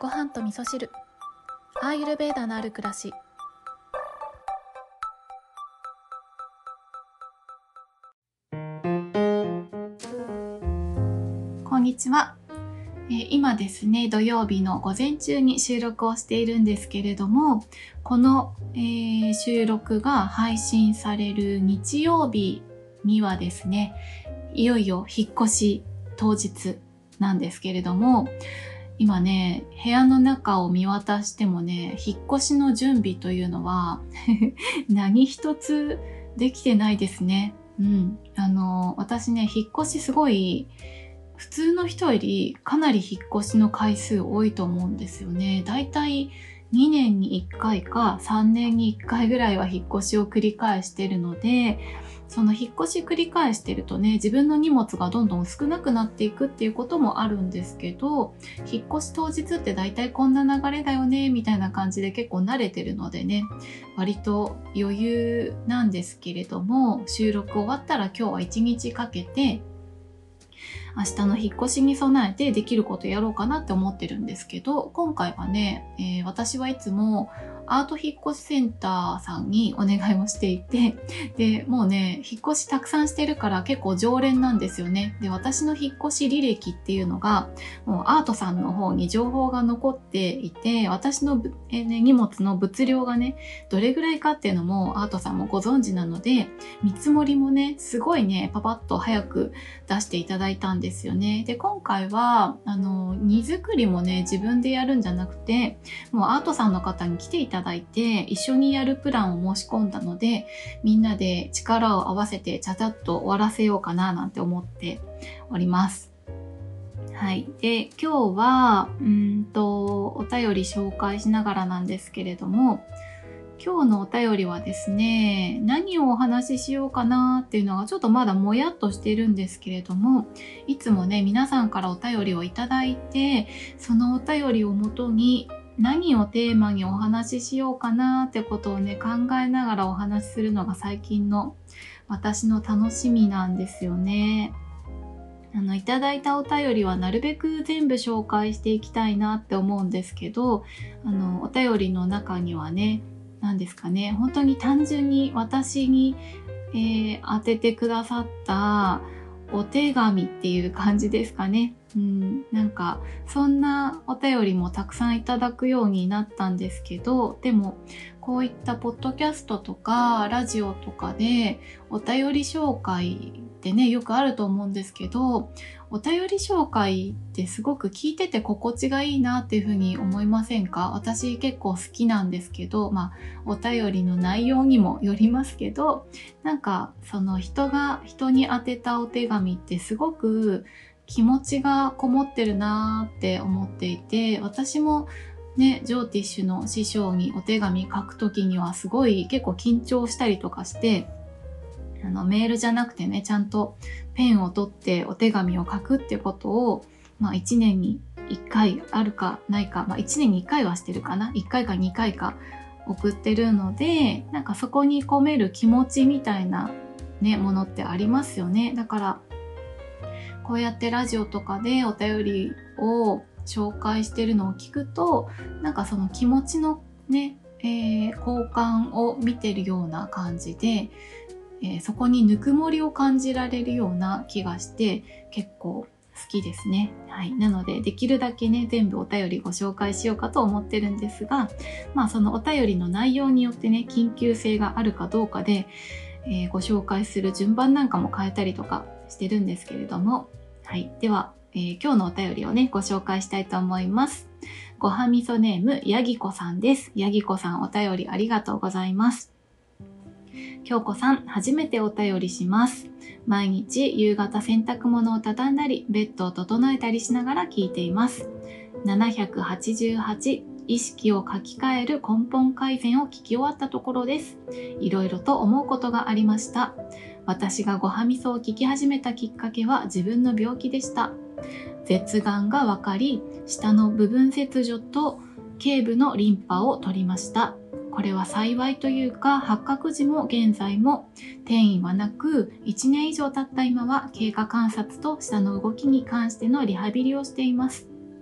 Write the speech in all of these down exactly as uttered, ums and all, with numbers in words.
ご飯と味噌汁、アーユルヴェーダのある暮らし。こんにちは。えー、今ですね、土曜日の午前中に収録をしているんですけれども、この、えー、収録が配信される日曜日にはですね、いよいよ引っ越し当日なんですけれども、今ね、部屋の中を見渡してもね、引っ越しの準備というのは何一つできてないですね。うん。あの、私ね、引っ越しすごい普通の人よりかなり引っ越しの回数多いと思うんですよね。だいたいにねんにいっかいかさんねんにいっかいぐらいは引っ越しを繰り返してるので、その引っ越し繰り返してるとね、自分の荷物がどんどん少なくなっていくっていうこともあるんですけど、引っ越し当日って大体こんな流れだよねみたいな感じで結構慣れてるのでね、割と余裕なんですけれども、収録終わったら今日はいちにちかけて明日の引っ越しに備えてできることやろうかなって思ってるんですけど、今回はね、えー、私はいつもアート引っ越しセンターさんにお願いをしていて、で、もうね、引っ越したくさんしてるから結構常連なんですよね。で、私の引っ越し履歴っていうのが、もうアートさんの方に情報が残っていて、私の、えーね、荷物の物量がね、どれぐらいかっていうのもアートさんもご存知なので、見積もりもね、すごいね、パパッと早く出していただいたんですよね。で、今回は、あの、荷造りもね、自分でやるんじゃなくて、もうアートさんの方に来ていただいて、一緒にやるプランを申し込んだので、みんなで力を合わせてちゃちゃっと終わらせようかななんて思っております。はい。で、今日は、うんと、お便り紹介しながらなんですけれども、今日のお便りはですね、何をお話ししようかなっていうのがちょっとまだもやっとしてるんですけれども、いつもね、皆さんからお便りをいただいて、そのお便りをもとに何をテーマにお話ししようかなってことをね、考えながらお話しするのが最近の私の楽しみなんですよね。あの、いただいたお便りはなるべく全部紹介していきたいなって思うんですけど、あの、お便りの中にはね、何ですかね、本当に単純に私に、えー、当ててくださったお手紙っていう感じですかね。うん、なんかそんなお便りもたくさんいただくようになったんですけど、でもこういったポッドキャストとかラジオとかでお便り紹介ってね、よくあると思うんですけど、お便り紹介ってすごく聞いてて心地がいいなっていうふうに思いませんか？私結構好きなんですけど、まあお便りの内容にもよりますけど、なんかその人が人に宛てたお手紙ってすごく気持ちがこもってるなーって思っていて、私もね、ジョーティッシュの師匠にお手紙書くときにはすごい結構緊張したりとかして、あのメールじゃなくてね、ちゃんとペンを取ってお手紙を書くってことを、まあいちねんにいっかいあるかないか、まあいちねんにいっかいはしてるかな、いっかいかにかいか送ってるので、なんかそこに込める気持ちみたいなね、ものってありますよね。だからこうやってラジオとかでお便りを紹介してるのを聞くと、なんかその気持ちのね、えー、交換を見てるような感じで、えー、そこにぬくもりを感じられるような気がして結構好きですね。はい。なのでできるだけね、全部お便りご紹介しようかと思ってるんですが、まあそのお便りの内容によってね、緊急性があるかどうかで、えー、ご紹介する順番なんかも変えたりとかしてるんですけれども、はい。では、えー、今日のお便りをね、ご紹介したいと思います。ごはみそネーム、やぎこさんです。やぎこさん、お便りありがとうございます。京子さん、初めてお便りします。毎日夕方洗濯物を畳んだり、ベッドを整えたりしながら聞いています。ななひゃくはちじゅうはち、意識を書き換える根本改善を聞き終わったところです。いろいろと思うことがありました。私がごはみそを聞き始めたきっかけは自分の病気でした。舌がんが分かり、下の部分切除と頸部のリンパを取りました。これは幸いというか、発覚時も現在も転移はなく、いちねん以上経った今は経過観察と下の動きに関してのリハビリをしています。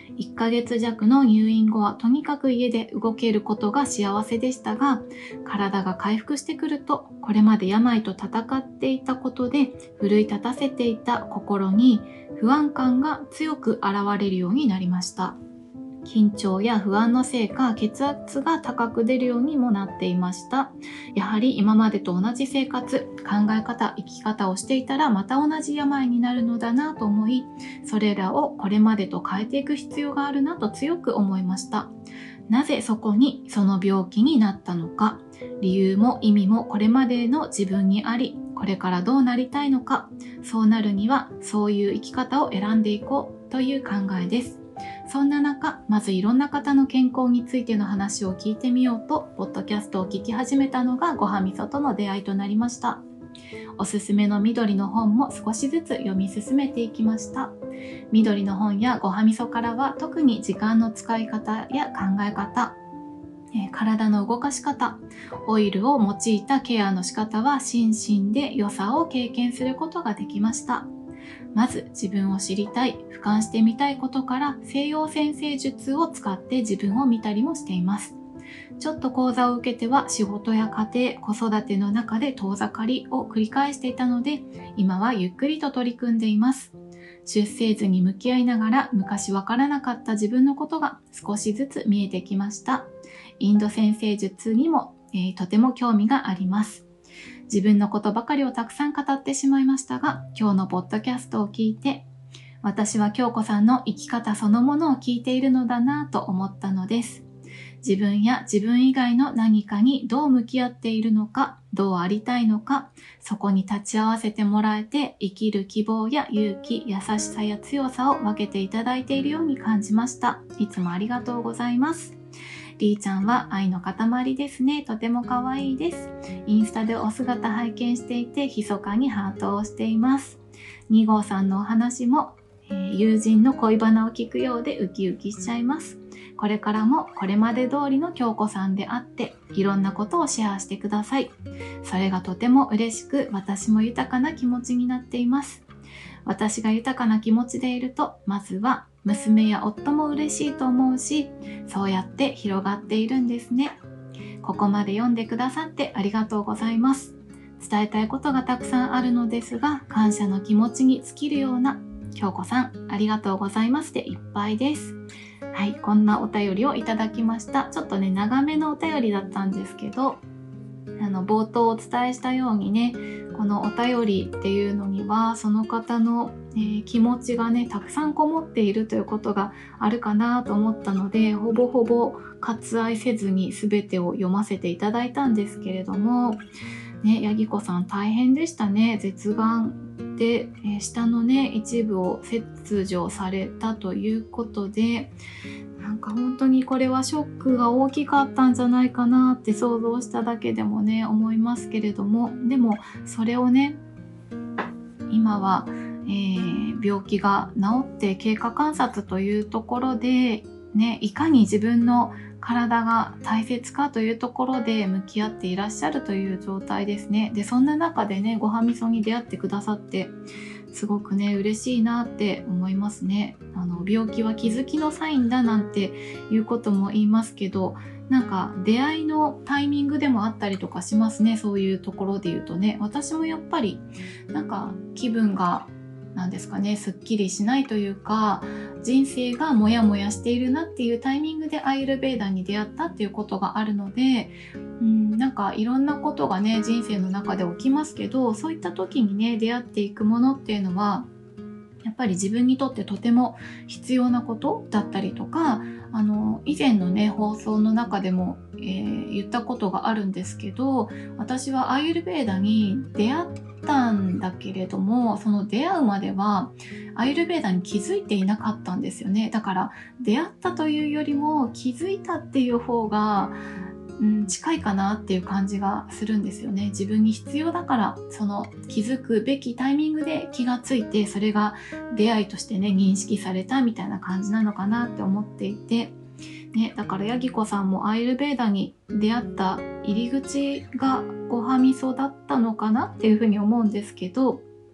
いっかげつ弱の入院後はとにかく家で動けることが幸せでしたが、体が回復してくると、これまで病と闘っていたことで奮い立たせていた心に不安感が強く現れるようになりました。緊張や不安のせいか血圧が高く出るようにもなっていました。やはり今までと同じ生活、考え方、生き方をしていたらまた同じ病になるのだなと思い、それらをこれまでと変えていく必要があるなと強く思いました。なぜそこにその病気になったのか、理由も意味もこれまでの自分にあり、これからどうなりたいのか、そうなるにはそういう生き方を選んでいこうという考えです。そんな中、まずいろんな方の健康についての話を聞いてみようと、ポッドキャストを聞き始めたのがごはみそとの出会いとなりました。おすすめの緑の本も少しずつ読み進めていきました。緑の本やごはみそからは特に時間の使い方や考え方、えー、体の動かし方、オイルを用いたケアの仕方は心身で良さを経験することができました。まず自分を知りたい、俯瞰してみたいことから西洋占星術を使って自分を見たりもしています。ちょっと講座を受けては仕事や家庭、子育ての中で遠ざかりを繰り返していたので、今はゆっくりと取り組んでいます。出生図に向き合いながら昔わからなかった自分のことが少しずつ見えてきました。インド占星術にも、えー、とても興味があります。自分のことばかりをたくさん語ってしまいましたが、今日のポッドキャストを聞いて、私は京子さんの生き方そのものを聞いているのだなぁと思ったのです。自分や自分以外の何かにどう向き合っているのか、どうありたいのか、そこに立ち会わせてもらえて、生きる希望や勇気、優しさや強さを分けていただいているように感じました。いつもありがとうございます。りーちゃんは愛の塊ですね。とても可愛いです。インスタでお姿拝見していて、密かにハートを押しています。に号さんのお話も、えー、友人の恋バナを聞くようでウキウキしちゃいます。これからもこれまで通りの京子さんであって、いろんなことをシェアしてください。それがとても嬉しく、私も豊かな気持ちになっています。私が豊かな気持ちでいると、まずは娘や夫も嬉しいと思うし、そうやって広がっているんですね。ここまで読んでくださってありがとうございます。伝えたいことがたくさんあるのですが、感謝の気持ちに尽きるような、京子さんありがとうございますでいっぱいです。はい、こんなお便りをいただきました。ちょっとね、長めのお便りだったんですけど、あの冒頭お伝えしたようにね、このお便りっていうのにはその方の、えー、気持ちがねたくさんこもっているということがあるかなと思ったので、ほぼほぼ割愛せずに全てを読ませていただいたんですけれどもね、ヤギ子さん大変でしたね。舌がんで、えー、下のね一部を切除されたということで、なんか本当にこれはショックが大きかったんじゃないかなって想像しただけでもね思いますけれども、でもそれをね今は、えー、病気が治って経過観察というところでね、いかに自分の体が大切かというところで向き合っていらっしゃるという状態ですね。でそんな中でねごはみそに出会ってくださってすごくね嬉しいなって思いますね。あの病気は気づきのサインだなんていうことも言いますけど、なんか出会いのタイミングでもあったりとかしますね。そういうところで言うとね、私もやっぱりなんか気分がなんですかね、すっきりしないというか、人生がモヤモヤしているなっていうタイミングでアイルベーダに出会ったっていうことがあるので、うん、なんかいろんなことがね人生の中で起きますけど、そういった時にね出会っていくものっていうのはやっぱり自分にとってとても必要なことだったりとか、あの以前のね放送の中でも、えー、言ったことがあるんですけど、私はアーユルヴェーダに出会ったんだけれども、その出会うまではアーユルヴェーダに気づいていなかったんですよね。だから出会ったというよりも気づいたっていう方がうん、近いかなっていう感じがするんですよね。自分に必要だから、その気づくべきタイミングで気がついて、それが出会いとしてね認識されたみたいな感じなのかなって思っていて、ね、だからヤギ子さんもアイルベーダに出会った入り口がごはみそだったのかなっていうふうに思うんですけど、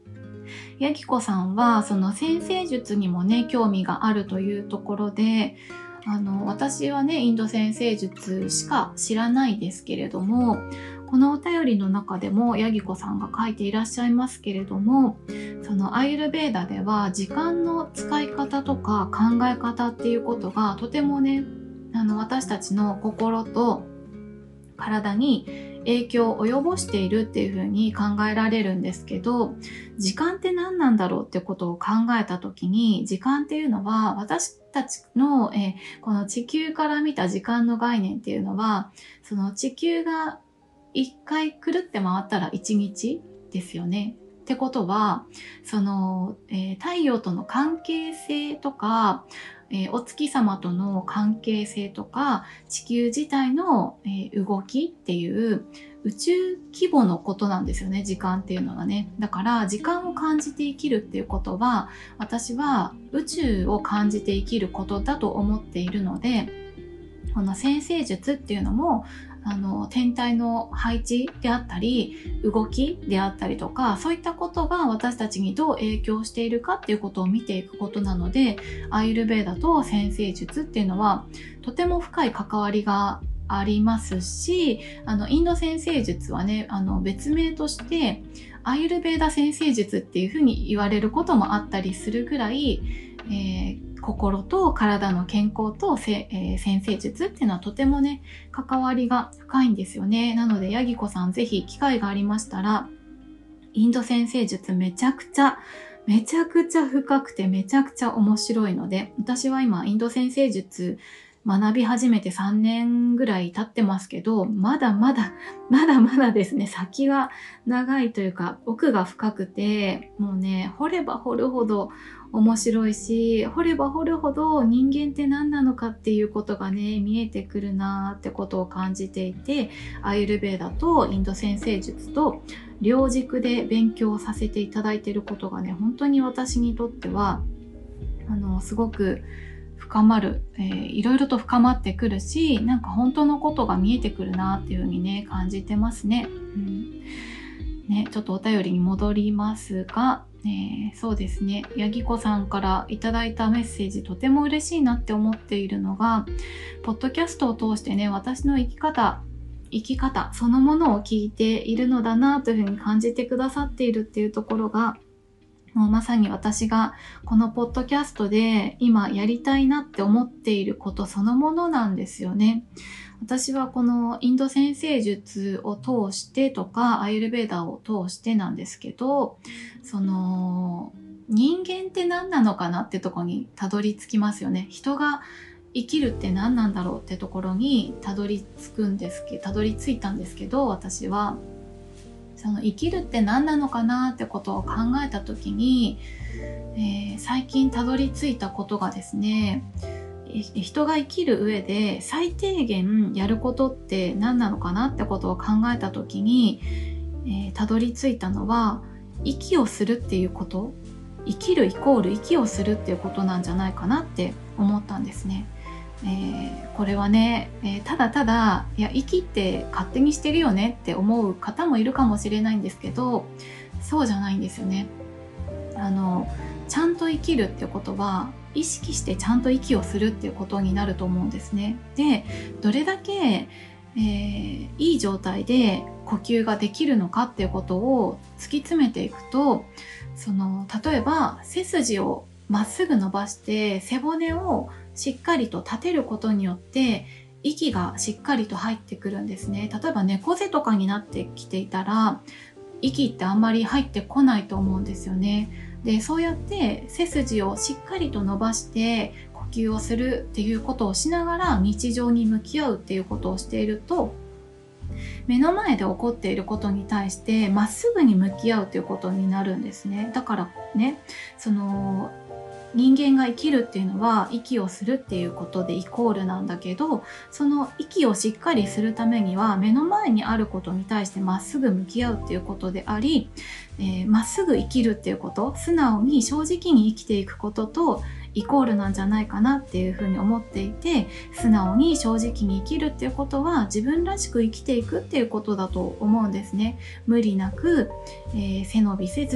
ヤギコさんはその占星術にもね興味があるというところで、あの私はねインド占星術しか知らないですけれども、このお便りの中でもヤギコさんが書いていらっしゃいますけれども、そのアイルベーダでは時間の使い方とか考え方っていうことがとてもね、あの私たちの心と体に影響を及ぼしているっていうふうに考えられるんですけど、時間って何なんだろうってことを考えた時に、時間っていうのは私たちの、えーこの地球から見た時間の概念っていうのは、その地球が一回くるって回ったら一日ですよね。ってことは、その、えー太陽との関係性とか、えーお月様との関係性とか、地球自体の、えー動きっていう宇宙規模のことなんですよね、時間っていうのはね。だから時間を感じて生きるっていうことは、私は宇宙を感じて生きることだと思っているので、この占星術っていうのも、あの天体の配置であったり動きであったりとか、そういったことが私たちにどう影響しているかっていうことを見ていくことなので、アイルベーダと占星術っていうのはとても深い関わりがありますし、あのインド占星術はね、あの別名としてアイルベーダ占星術っていうふうに言われることもあったりするぐらい、えー心と体の健康とせ、えー占星術っていうのはとてもね関わりが深いんですよね。なのでヤギコさん、ぜひ機会がありましたら、インド占星術めちゃくちゃめちゃくちゃ深くてめちゃくちゃ面白いので、私は今インド占星術学び始めてさんねんぐらい経ってますけど、まだまだまだまだですね、先は長いというか奥が深くて、もうね掘れば掘るほど面白いし、掘れば掘るほど人間って何なのかっていうことがね見えてくるなーってことを感じていて、アイルベーダとインド占星術と両軸で勉強させていただいていることがね、本当に私にとってはあのすごく深まる、えー、いろいろと深まってくるし、なんか本当のことが見えてくるなっていう風にね感じてますね。うんね、ちょっとお便りに戻りますが、えー、そうですね、ヤギコさんからいただいたメッセージ、とても嬉しいなって思っているのが、ポッドキャストを通してね、私の生き方生き方そのものを聞いているのだなというふうに感じてくださっているっていうところが、もうまさに私がこのポッドキャストで今やりたいなって思っていることそのものなんですよね。私はこのインド占星術を通してとかアイルベーダを通してなんですけど、その人間って何なのかなってところにたどり着きますよね。人が生きるって何なんだろうってところにたどり着くんですけど、たどり着いたんですけど、私はその生きるって何なのかなってことを考えた時に、えー、最近たどり着いたことがですね、人が生きる上で最低限やることって何なのかなってことを考えた時に、えー、たどり着いたのは、息をするっていうこと、生きるイコール息をするっていうことなんじゃないかなって思ったんですね。えー、これはね、えー、ただただいや息って勝手にしてるよねって思う方もいるかもしれないんですけど、そうじゃないんですよね。あのちゃんと生きるってことは意識してちゃんと息をするっていうことになると思うんですね。で、どれだけ、えー、いい状態で呼吸ができるのかっていうことを突き詰めていくと、その例えば背筋をまっすぐ伸ばして背骨をしっかりと立てることによって息がしっかりと入ってくるんですね。例えば猫背とかになってきていたら息ってあんまり入ってこないと思うんですよね。で、そうやって背筋をしっかりと伸ばして呼吸をするっていうことをしながら日常に向き合うっていうことをしていると、目の前で起こっていることに対してまっすぐに向き合うということになるんですね。だからね、その人間が生きるっていうのは息をするっていうことでイコールなんだけど、その息をしっかりするためには目の前にあることに対してまっすぐ向き合うっていうことであり、えー、まっすぐ生きるっていうこと、素直に正直に生きていくこととイコールなんじゃないかなっていうふうに思っていて、素直に正直に生きるっていうことは自分らしく生きていくっていうことだと思うんですね。無理なく、えー、背伸びせず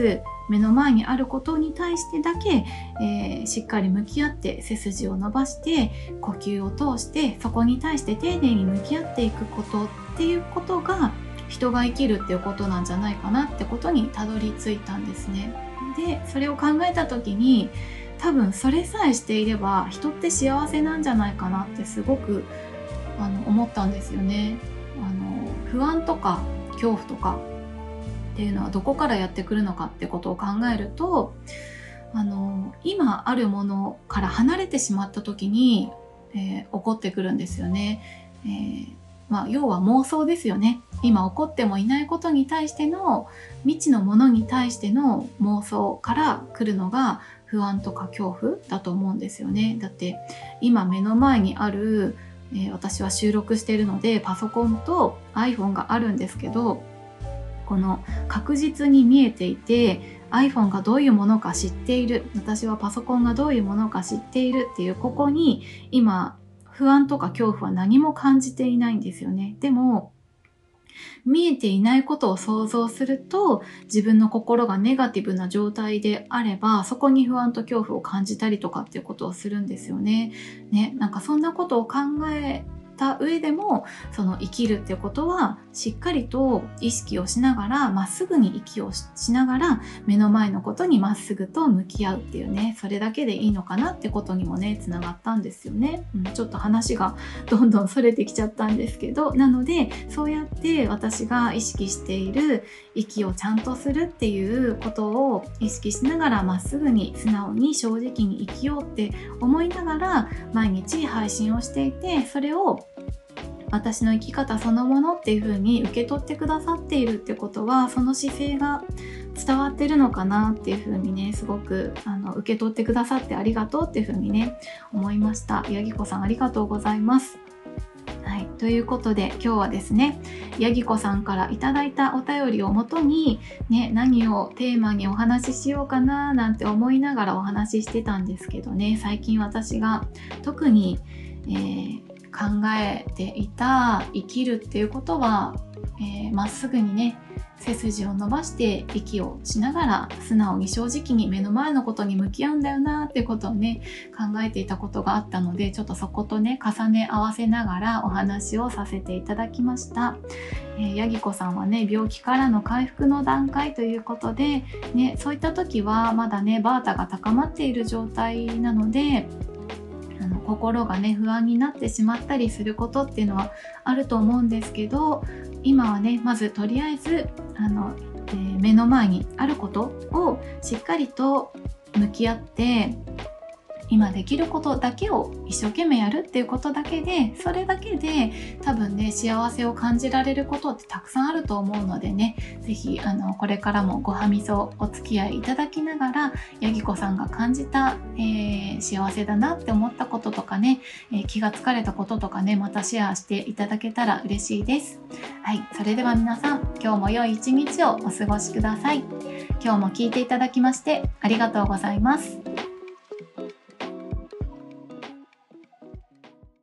目の前にあることに対してだけ、えー、しっかり向き合って背筋を伸ばして呼吸を通してそこに対して丁寧に向き合っていくことっていうことが人が生きるっていうことなんじゃないかなってことにたどり着いたんですね。でそれを考えた時に多分それさえしていれば人って幸せなんじゃないかなってすごくあの思ったんですよね。あの不安とか恐怖とかっていうのはどこからやってくるのかってことを考えるとあの今あるものから離れてしまった時に、えー、起こってくるんですよね。えーまあ、要は妄想ですよね。今起こってもいないことに対しての未知のものに対しての妄想から来るのが不安とか恐怖だと思うんですよね。だって今目の前にある、えー、私は収録しているのでパソコンと iPhone があるんですけど、この確実に見えていて iPhone がどういうものか知っている、私はパソコンがどういうものか知っているっていうここに今不安とか恐怖は何も感じていないんですよね。でも見えていないことを想像すると自分の心がネガティブな状態であればそこに不安と恐怖を感じたりとかっていうことをするんですよね。ね、なんかそんなことを考えた上でもその生きるってことはしっかりと意識をしながらまっすぐに息を し, しながら目の前のことにまっすぐと向き合うっていうね、それだけでいいのかなってことにもねつながったんですよね、うん、ちょっと話がどんどんそれてきちゃったんですけど、なのでそうやって私が意識している息をちゃんとするっていうことを意識しながらまっすぐに素直に正直に生きようって思いながら毎日配信をしていて、それを私の生き方そのものっていう風に受け取ってくださっているってことはその姿勢が伝わってるのかなっていう風にねすごくあの受け取ってくださってありがとうっていう風にね思いました。ヤギコさんありがとうございます。はい、ということで今日はですねヤギコさんからいただいたお便りをもとに、ね、何をテーマにお話ししようかななんて思いながらお話ししてたんですけどね、最近私が特に、えー考えていた生きるっていうことはま、えー、っすぐにね背筋を伸ばして息をしながら素直に正直に目の前のことに向き合うんだよなってことをね考えていたことがあったので、ちょっとそことね重ね合わせながらお話をさせていただきました。えー、ヤギコさんはね病気からの回復の段階ということで、ね、そういった時はまだねバータが高まっている状態なのであの心がね不安になってしまったりすることっていうのはあると思うんですけど、今はねまずとりあえずあの、えー、目の前にあることをしっかりと向き合って今できることだけを一生懸命やるっていうことだけで、それだけで多分ね幸せを感じられることってたくさんあると思うのでね、ぜひあのこれからもごはみそお付き合いいただきながらヤギコさんが感じた、えー、幸せだなって思ったこととかね、えー、気がつかれたこととかねまたシェアしていただけたら嬉しいです。はい、それでは皆さん今日も良い一日をお過ごしください。今日も聞いていただきましてありがとうございます。